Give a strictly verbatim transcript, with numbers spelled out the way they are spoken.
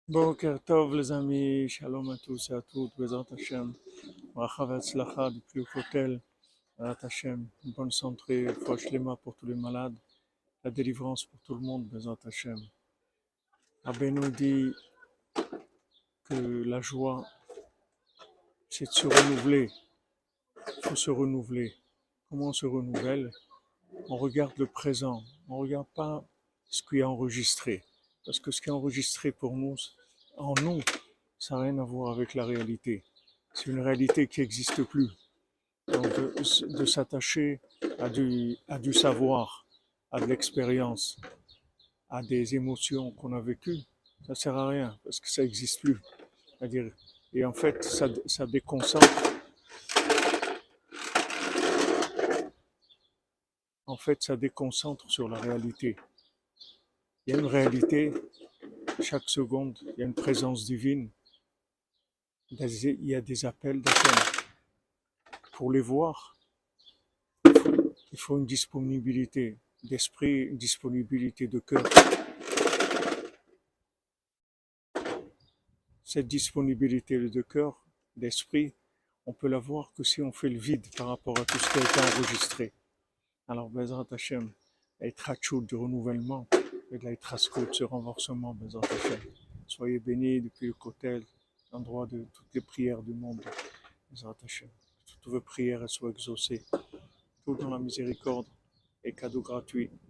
Boker Tov les amis, shalom à tous et à toutes, Bezrat Hashem, bracha v'atzlacha depuis le Kotel, Bezrat Hashem, une bonne santé, foi shlema pour tous les malades, la délivrance pour tout le monde, Bezrat Hashem. Rabbeinu dit que la joie, c'est de se renouveler, il faut se renouveler. Comment on se renouvelle? On regarde le présent, on ne regarde pas ce qui est enregistré, parce que ce qui est enregistré pour nous, en nous, ça n'a rien à voir avec la réalité. C'est une réalité qui n'existe plus. Donc de, de s'attacher à du, à du savoir, à de l'expérience, à des émotions qu'on a vécues, ça ne sert à rien parce que ça n'existe plus. C'est-à-dire, et en fait, ça, ça déconcentre. En fait, ça déconcentre sur la réalité. Il y a une réalité, chaque seconde, il y a une présence divine, il y a des appels d'Hachem. Pour les voir, il faut une disponibilité d'esprit, une disponibilité de cœur. Cette disponibilité de cœur, d'esprit, on peut la voir que si on fait le vide par rapport à tout ce qui a été enregistré. Alors, Bezrat Hashem, être Hachoud du renouvellement, et de l'Eitraskout, ce renforcement, Bezrat Hashem. Soyez bénis depuis le Kotel, l'endroit de toutes les prières du monde, Bezrat Hashem. Toutes vos prières soient exaucées, tout dans la miséricorde et cadeaux gratuits.